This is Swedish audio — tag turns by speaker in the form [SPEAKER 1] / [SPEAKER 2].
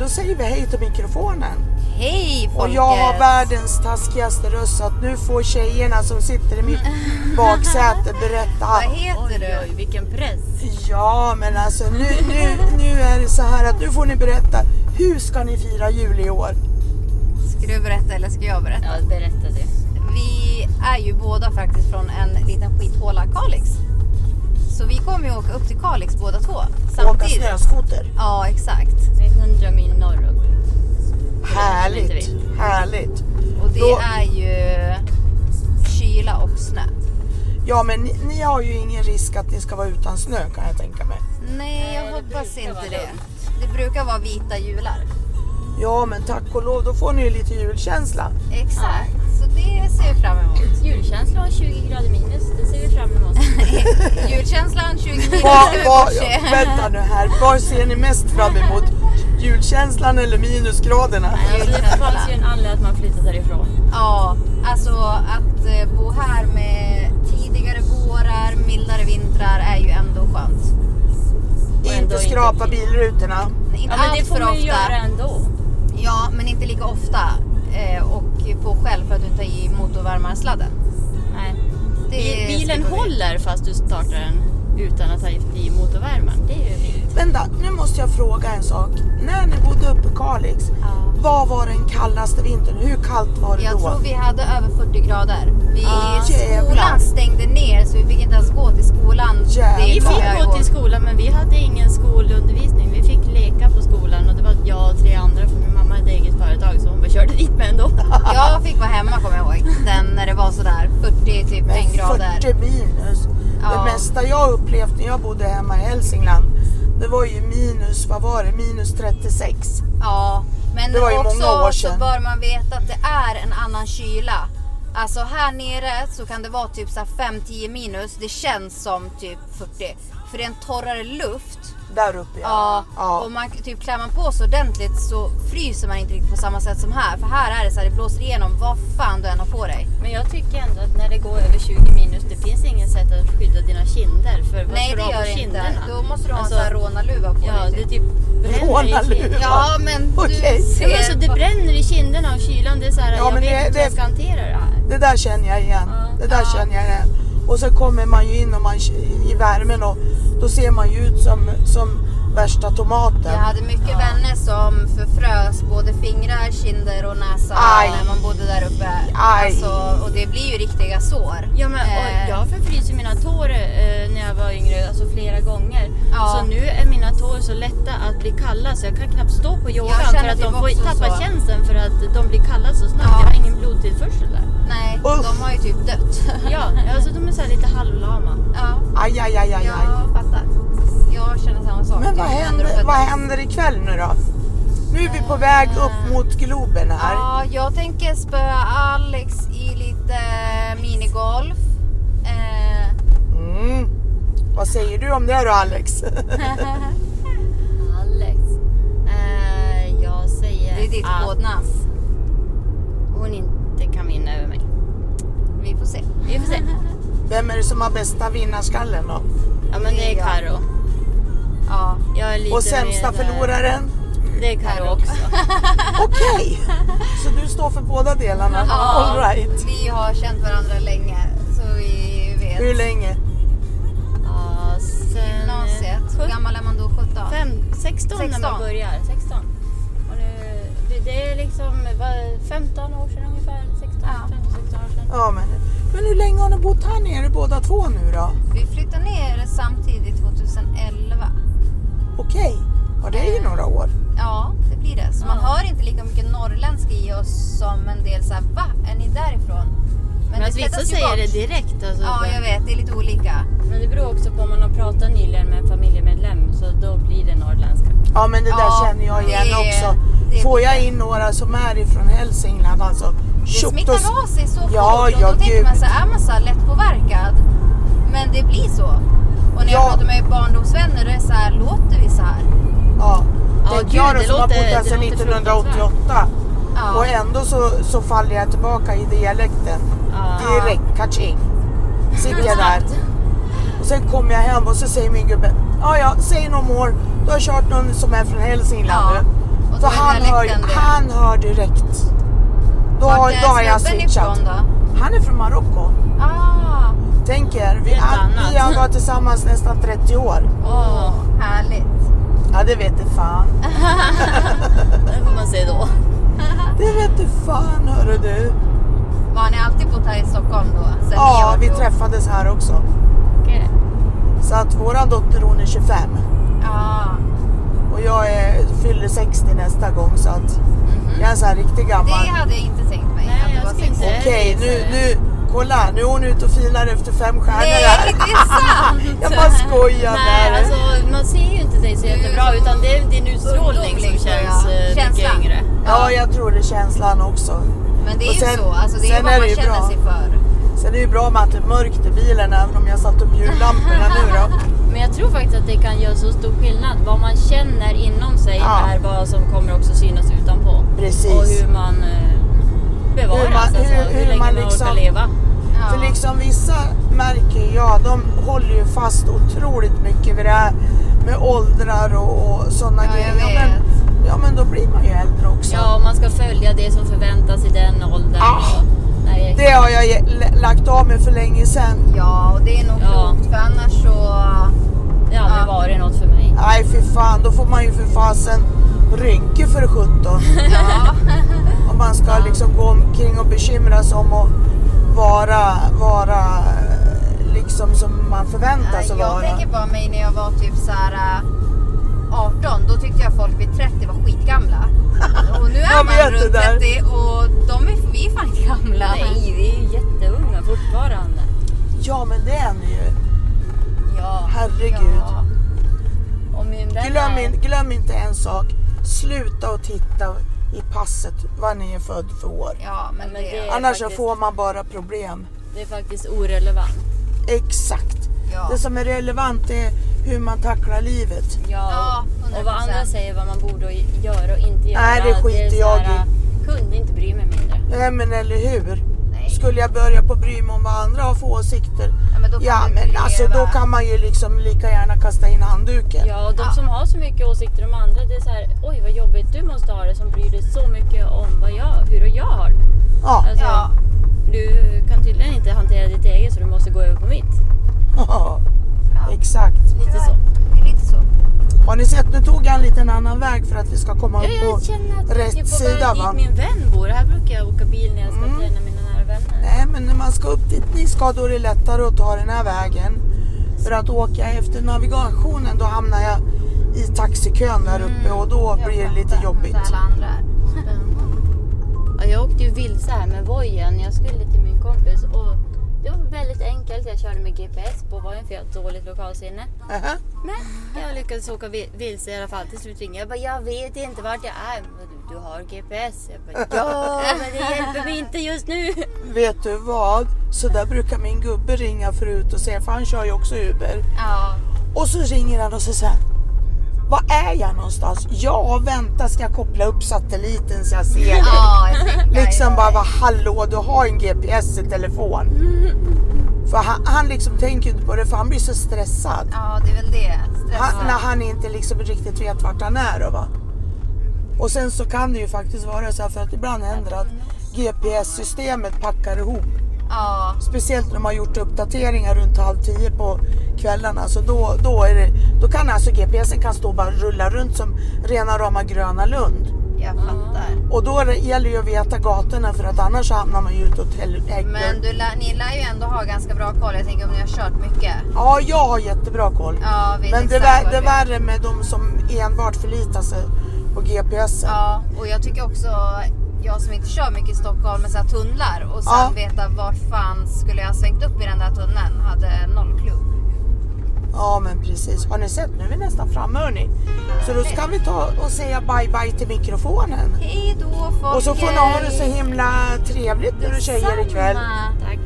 [SPEAKER 1] då säger vi hej till mikrofonen.
[SPEAKER 2] Hej folket!
[SPEAKER 1] Och jag har världens taskigaste röst, så att nu får tjejerna som sitter i mitt baksäte berätta.
[SPEAKER 2] Vad heter du?
[SPEAKER 3] Oj, vilken press.
[SPEAKER 1] Ja, men alltså nu är det så här att nu får ni berätta. Hur ska ni fira jul i år?
[SPEAKER 2] Ska du berätta eller ska jag berätta?
[SPEAKER 3] Ja, berätta det.
[SPEAKER 2] Vi är ju båda faktiskt från en liten skithåla, Kalix. Så vi kommer ju åka upp till Kalix båda två samtidigt.
[SPEAKER 1] Åka snöskoter.
[SPEAKER 2] Ja, exakt.
[SPEAKER 3] Det är 100 mil norrut.
[SPEAKER 1] Härligt.
[SPEAKER 2] Och det är ju kyla och snö.
[SPEAKER 1] Ja, men ni har ju ingen risk att ni ska vara utan snö, kan jag tänka mig.
[SPEAKER 2] Nej, jag hoppas inte det. Det brukar vara vita jular.
[SPEAKER 1] Ja, men tack och lov, då får ni ju lite julkänsla.
[SPEAKER 2] Exakt, så det ser vi fram emot.
[SPEAKER 3] Julkänslan 20 grader minus, det ser vi fram emot.
[SPEAKER 2] Julkänslan 20 minus.
[SPEAKER 1] Vänta nu här, vad ser ni mest fram emot? Julkänslan eller minusgraderna?
[SPEAKER 3] Alltså, det fanns ju en anledning att man flyttade därifrån.
[SPEAKER 2] Ja, alltså att bo här med tidigare vårar, mildare vintrar är ju ändå skönt.
[SPEAKER 1] Inte skrapa bilrutorna.
[SPEAKER 2] Inte
[SPEAKER 3] Ja, men
[SPEAKER 2] allt
[SPEAKER 3] det får
[SPEAKER 2] för
[SPEAKER 3] man ju
[SPEAKER 2] ofta.
[SPEAKER 3] göra ändå.
[SPEAKER 2] Ja, men inte lika ofta. Och på själv för att du tar i motorvärmarsladden.
[SPEAKER 3] Nej.
[SPEAKER 2] slipper
[SPEAKER 3] Bilen
[SPEAKER 2] vi.
[SPEAKER 3] håller fast du startar den utan att ta i motorvärmen. Det är ju fint.
[SPEAKER 1] Vänta, nu måste jag fråga en sak. När ni bodde uppe i Kalix, vad var den kallaste vintern? Hur kallt var det
[SPEAKER 2] Jag
[SPEAKER 1] då?
[SPEAKER 2] tror vi hade över 40 grader.
[SPEAKER 1] Jävlar.
[SPEAKER 2] Skolan stängde ner så vi fick inte ens gå till skolan.
[SPEAKER 1] Jävlar.
[SPEAKER 3] Vi fick gå till skolan men vi hade ingen skolundervisning. Vi fick leka på skolan och det var jag och 3 andra för min mamma hade eget företag så hon bara körde dit med ändå.
[SPEAKER 2] Jag fick vara hemma, kommer jag ihåg. När det var sådär 40 typ 1 grader.
[SPEAKER 1] 40 minus.
[SPEAKER 2] Ja.
[SPEAKER 1] Det mesta jag upplevt när jag bodde hemma i Hälsingland, det var ju minus, vad var det? Minus 36.
[SPEAKER 2] Ja, men
[SPEAKER 1] Det var ju
[SPEAKER 2] också
[SPEAKER 1] många år
[SPEAKER 2] så
[SPEAKER 1] sedan.
[SPEAKER 2] bör man veta att det är en annan kyla. Alltså här nere så kan det vara typ så här 5-10 minus. Det känns som typ 40. För det är en torrare luft.
[SPEAKER 1] Där uppe,
[SPEAKER 2] Ja.
[SPEAKER 1] ja.
[SPEAKER 2] Och man, typ klär man på så ordentligt så fryser man inte riktigt på samma sätt som här. För här är det så här, det blåser igenom vad fan du än har på dig.
[SPEAKER 3] Men jag tycker ändå att när det går över 20 minus det finns ingen sätt att skydda dina kinder. För vad
[SPEAKER 2] Nej,
[SPEAKER 3] ska
[SPEAKER 2] det
[SPEAKER 3] du ha
[SPEAKER 2] gör
[SPEAKER 3] på
[SPEAKER 2] det inte.
[SPEAKER 3] kinderna?
[SPEAKER 2] Då måste du ha
[SPEAKER 3] Alltså,
[SPEAKER 2] en sån här rånarluva på
[SPEAKER 3] Ja,
[SPEAKER 2] dig.
[SPEAKER 3] det typ bränner i
[SPEAKER 1] Rånarluva.
[SPEAKER 3] kinderna.
[SPEAKER 2] Ja, men
[SPEAKER 1] Okej.
[SPEAKER 2] du ser...
[SPEAKER 3] Ja, men så det bränner i kinderna och kylan. Det är så här,
[SPEAKER 1] Ja,
[SPEAKER 3] jag
[SPEAKER 1] men
[SPEAKER 3] vet
[SPEAKER 1] det-
[SPEAKER 3] inte hur jag ska hantera det här.
[SPEAKER 1] Det där känner jag igen.
[SPEAKER 3] Ja.
[SPEAKER 1] Det där känner jag igen. Och så kommer man ju in och i värmen och då ser man ju ut som värsta tomaten.
[SPEAKER 2] Jag hade mycket vänner som förfrös både fingrar, kinder och näsa när man bodde där uppe.
[SPEAKER 1] Aj.
[SPEAKER 2] Alltså, och det blir ju riktiga sår.
[SPEAKER 3] Ja, men och jag förfryser mina tår när jag var yngre, alltså flera gånger.
[SPEAKER 2] Ja.
[SPEAKER 3] Så nu är mina tår så lätta att bli kalla så jag kan knappt stå på yogan
[SPEAKER 2] Jag känner
[SPEAKER 3] för att de
[SPEAKER 2] typ
[SPEAKER 3] får
[SPEAKER 2] också
[SPEAKER 3] tappa
[SPEAKER 2] så.
[SPEAKER 3] känslan för att de blir kalla så snabbt.
[SPEAKER 2] Ja.
[SPEAKER 3] Jag har ingen blodtillförsel där.
[SPEAKER 2] Nej,
[SPEAKER 1] Uff.
[SPEAKER 2] de har ju typ dött.
[SPEAKER 3] Ja, alltså de är så här lite halvlama.
[SPEAKER 2] Ja,
[SPEAKER 1] Aj.
[SPEAKER 2] jag fattar. Jag känner samma sak.
[SPEAKER 1] Men
[SPEAKER 2] Jag
[SPEAKER 1] vad händer ikväll nu då? Nu är vi på väg upp mot Globen här.
[SPEAKER 2] Ja, jag tänker spöa Alex i lite minigolf.
[SPEAKER 1] Vad säger du om det då, Alex?
[SPEAKER 3] Alex. Jag säger
[SPEAKER 2] Det är ditt
[SPEAKER 3] att
[SPEAKER 2] kodnamn.
[SPEAKER 3] hon inte kan vinna över mig.
[SPEAKER 2] Vi får se.
[SPEAKER 3] Vi får se.
[SPEAKER 1] Vem är det som har bästa vinnarskallen då?
[SPEAKER 3] Ja, men det är
[SPEAKER 2] Ja.
[SPEAKER 3] Karo.
[SPEAKER 2] Ja.
[SPEAKER 3] Jag är lite
[SPEAKER 1] Och sämsta
[SPEAKER 3] mer där.
[SPEAKER 1] förloraren?
[SPEAKER 3] Det är Karo också.
[SPEAKER 1] Okej. Så du står för båda delarna? All right.
[SPEAKER 2] Vi har känt varandra länge, så vi vet.
[SPEAKER 1] Hur länge?
[SPEAKER 3] Ja, sen...
[SPEAKER 2] Gymnasiet. Hur gammal är man då? 17?
[SPEAKER 3] 16 när
[SPEAKER 2] 16.
[SPEAKER 3] man börjar. 16. Och nu, det är liksom 15 år sedan ungefär. 16 år sedan.
[SPEAKER 1] Ja, men hur länge har ni bott här nere båda två nu då?
[SPEAKER 2] Vi flyttade ner samtidigt 2011.
[SPEAKER 1] Okej. Ja, det är ju några år.
[SPEAKER 2] Ja, det blir det. Så man hör inte lika mycket norrländska i oss som en del så här, va? Är ni därifrån?
[SPEAKER 3] Men att vissa
[SPEAKER 2] tvättas ju
[SPEAKER 3] säger
[SPEAKER 2] bort.
[SPEAKER 3] det direkt. Alltså,
[SPEAKER 2] Ja, jag vet. Det är lite olika.
[SPEAKER 3] Men det beror också på om man har pratat nyligen med en familjemedlem. Så då blir det norrländska.
[SPEAKER 1] Ja, men det där
[SPEAKER 2] Ja,
[SPEAKER 1] känner jag igen
[SPEAKER 2] det-
[SPEAKER 1] också.
[SPEAKER 2] det
[SPEAKER 1] Får
[SPEAKER 2] blir
[SPEAKER 1] jag
[SPEAKER 2] det.
[SPEAKER 1] in några som är ifrån Hälsingland, alltså.
[SPEAKER 2] Det
[SPEAKER 1] tjockt
[SPEAKER 2] smittar
[SPEAKER 1] och-
[SPEAKER 2] av sig så fort.
[SPEAKER 1] Ja,
[SPEAKER 2] och då tänker
[SPEAKER 1] gud.
[SPEAKER 2] man så här, är man så här lättpåverkad? Men det blir så. Och när jag
[SPEAKER 1] Ja.
[SPEAKER 2] pratar med barndomsvänner, det är så här, låter vi så här?
[SPEAKER 1] Ja. Tänk
[SPEAKER 3] gud,
[SPEAKER 1] jag då
[SPEAKER 3] det
[SPEAKER 1] som har
[SPEAKER 3] låter-
[SPEAKER 1] bott här
[SPEAKER 3] det
[SPEAKER 1] sedan
[SPEAKER 3] låter
[SPEAKER 1] 1988.
[SPEAKER 2] Ja.
[SPEAKER 1] Och ändå så faller jag tillbaka i dialekten.
[SPEAKER 3] Ja.
[SPEAKER 1] Direkt, kaching. Sitter jag där. Och sen kommer jag hem och så säger min gubbe, ja, säg någon år. Du har kört någon som är från Hälsingland
[SPEAKER 2] Ja.
[SPEAKER 1] nu.
[SPEAKER 2] Och
[SPEAKER 1] För
[SPEAKER 2] då är
[SPEAKER 1] han hör direkt. Då har jag switchat.
[SPEAKER 2] Ifrån då?
[SPEAKER 1] Han är från Marocko. Tänker, vi har varit tillsammans nästan 30 år.
[SPEAKER 2] Härligt.
[SPEAKER 1] Ja, det vet du fan.
[SPEAKER 3] Det får man se då.
[SPEAKER 1] Det vet du fan, hörru du.
[SPEAKER 2] Var ni alltid bott här i Stockholm då? Sen
[SPEAKER 1] Ja, vi träffades här också.
[SPEAKER 3] Okej.
[SPEAKER 1] Så att våran dotter, hon är 25.
[SPEAKER 2] Ja.
[SPEAKER 1] Och jag fyller 60 nästa gång. Så att jag är så här riktigt gammal.
[SPEAKER 2] Det hade jag inte tänkt mig.
[SPEAKER 3] Nej,
[SPEAKER 2] att det
[SPEAKER 3] jag
[SPEAKER 2] var
[SPEAKER 3] skulle inte
[SPEAKER 2] 60.
[SPEAKER 1] Okej, nu, kolla. Nu är hon ute och filar efter 5 stjärnor
[SPEAKER 2] Nej,
[SPEAKER 1] här.
[SPEAKER 2] det är sant.
[SPEAKER 1] Jag bara skojar
[SPEAKER 3] Nej,
[SPEAKER 1] med
[SPEAKER 3] alltså man ser ju inte dig så jättebra utan det är din utstrålning som känns mycket
[SPEAKER 2] Känslan.
[SPEAKER 3] yngre.
[SPEAKER 1] Ja, jag tror det är känslan också.
[SPEAKER 2] Men det är
[SPEAKER 1] Och
[SPEAKER 2] ju
[SPEAKER 1] sen-
[SPEAKER 2] så. Alltså, det är
[SPEAKER 1] sen
[SPEAKER 2] vad
[SPEAKER 1] är
[SPEAKER 2] man
[SPEAKER 1] det ju
[SPEAKER 2] känner
[SPEAKER 1] bra.
[SPEAKER 2] sig för.
[SPEAKER 1] Sen är det ju bra med att det är mörkt i bilen, även om jag satt upp jullamporna nu då.
[SPEAKER 3] Men jag tror faktiskt att det kan göra så stor skillnad. Vad man känner inom sig är vad som kommer också synas utanpå.
[SPEAKER 1] Precis.
[SPEAKER 3] Och hur man bevaras, hur länge man orkar leva.
[SPEAKER 2] Ja.
[SPEAKER 1] För liksom vissa märker jag, de håller ju fast otroligt mycket vid det här med åldrar och sådana
[SPEAKER 2] Ja, jag
[SPEAKER 1] grejer.
[SPEAKER 2] vet.
[SPEAKER 1] Men då blir man ju äldre också.
[SPEAKER 3] Ja, och man ska följa det som förväntas i den åldern. Och, nej,
[SPEAKER 1] Det har jag lagt av med för länge sedan.
[SPEAKER 2] Ja, och det är nog klokt. För annars så...
[SPEAKER 3] det har aldrig varit något för mig.
[SPEAKER 1] Nej, för fan, då får man ju för fasen rynke för 17.
[SPEAKER 2] Ja.
[SPEAKER 1] Om man ska liksom gå omkring och bekymra sig om att vara liksom som man förväntar sig
[SPEAKER 2] Jag
[SPEAKER 1] vara.
[SPEAKER 2] tänker på mig när jag var typ så här 18. Då tyckte jag folk vid 30 var skitgamla. Och nu är man runt 30 och vi är fan inte gamla.
[SPEAKER 3] Nej, vi är ju jätteunga fortfarande.
[SPEAKER 1] Ja, men det är ni ju.
[SPEAKER 3] Ja.
[SPEAKER 1] Herregud.
[SPEAKER 3] Ja. Och min vän
[SPEAKER 1] Glöm inte en sak. Sluta och titta i passet vad ni är född för år.
[SPEAKER 2] Ja, men det...
[SPEAKER 1] Annars
[SPEAKER 3] faktiskt,
[SPEAKER 1] så får man bara problem.
[SPEAKER 3] det är faktiskt orelevant.
[SPEAKER 1] Exakt.
[SPEAKER 2] Ja.
[SPEAKER 1] Det som är relevant är hur man tacklar livet.
[SPEAKER 3] Ja,
[SPEAKER 2] 100%.
[SPEAKER 3] och vad andra säger vad man borde göra och inte göra.
[SPEAKER 1] Nej, det skiter jag i.
[SPEAKER 3] Kunde inte bry mig mindre.
[SPEAKER 1] Nej, men eller hur?
[SPEAKER 2] Nej.
[SPEAKER 1] Skulle jag börja på bry mig om vad andra har för åsikter.
[SPEAKER 2] Ja, men då kan du inte
[SPEAKER 1] alltså
[SPEAKER 2] leva.
[SPEAKER 1] då kan man ju liksom lika gärna kasta in handduken.
[SPEAKER 3] Ja, och de som har så mycket åsikter om andra, det är så här, oj vad jobbigt du måste ha det som bryr dig så mycket om hur jag har det.
[SPEAKER 1] Ja.
[SPEAKER 3] Alltså,
[SPEAKER 2] Ja.
[SPEAKER 3] du kan tydligen inte hantera ditt eget så du måste gå över på mitt.
[SPEAKER 1] Ja. Exakt.
[SPEAKER 3] Lite så.
[SPEAKER 2] Det är lite så.
[SPEAKER 1] Har ni sett, nu tog jag en liten annan väg för att vi ska komma upp
[SPEAKER 3] Jag
[SPEAKER 1] på
[SPEAKER 3] känner att jag är
[SPEAKER 1] rätt
[SPEAKER 3] på
[SPEAKER 1] sida,
[SPEAKER 3] väg
[SPEAKER 1] va?
[SPEAKER 3] dit min vän bor. Här brukar jag åka bil när jag ska träna mina nära vänner.
[SPEAKER 1] Nej, men när man ska upp dit ni ska, då är det lättare att ta den här vägen. För att åka efter navigationen, då hamnar jag i taxikön där uppe och då blir det lite jobbigt.
[SPEAKER 2] Alla andra är.
[SPEAKER 3] Ja, jag åkte ju vilse här med vojen. Jag skulle till min kompis och det var väldigt enkelt. Jag körde med GPS på vojen för jag har dåligt lokalsinne.
[SPEAKER 1] Aha.
[SPEAKER 3] Men jag lyckades åka vilse i alla fall. Till slut ringde jag bara, jag vet inte vart jag är. Du har GPS. Jag bara, ja, men det hjälper mig inte just nu.
[SPEAKER 1] Vet du vad? Så där brukar min gubbe ringa förut och säga, för han kör ju också Uber.
[SPEAKER 2] Ja.
[SPEAKER 1] Och så ringer han och så säger, var är jag någonstans? Ja, vänta, ska jag koppla upp satelliten så jag ser det.
[SPEAKER 2] Ja,
[SPEAKER 1] Liksom bara, hallå, du har en GPS i telefon. För han liksom tänker inte på det, för han blir så stressad.
[SPEAKER 2] Ja, det är väl det. Stressad.
[SPEAKER 1] När han inte liksom riktigt vet vart han är då, va? Och sen så kan det ju faktiskt vara så här, för att ibland händer att GPS-systemet packar ihop.
[SPEAKER 2] Ja.
[SPEAKER 1] Speciellt när de har gjort uppdateringar runt 9:30 på kvällarna. Så då kan alltså GPSen kan stå och bara rulla runt som rena rama Gröna Lund.
[SPEAKER 2] Jag fattar.
[SPEAKER 1] Och då gäller det ju att veta gatorna, för att annars hamnar man ju ut åt helvete.
[SPEAKER 2] Men ni lär ju ändå ha ganska bra koll. Jag tänker om ni har kört mycket.
[SPEAKER 1] Ja, jag har jättebra koll.
[SPEAKER 2] Ja,
[SPEAKER 1] men det är värre med de som enbart förlitar sig på GPSen.
[SPEAKER 2] Ja, och jag tycker också, jag som inte kör mycket i Stockholm med så här tunnlar och sen veta vart fan skulle jag ha svängt upp i den där tunneln, hade noll klubb.
[SPEAKER 1] Ja, men precis. Har ni sett? Nu är vi nästan framme, hörni. Så då ska vi ta och säga bye bye till mikrofonen.
[SPEAKER 2] Hej då, folk.
[SPEAKER 1] Och så får ni ha det så himla trevligt nu, tjejer, ikväll.
[SPEAKER 3] Tack.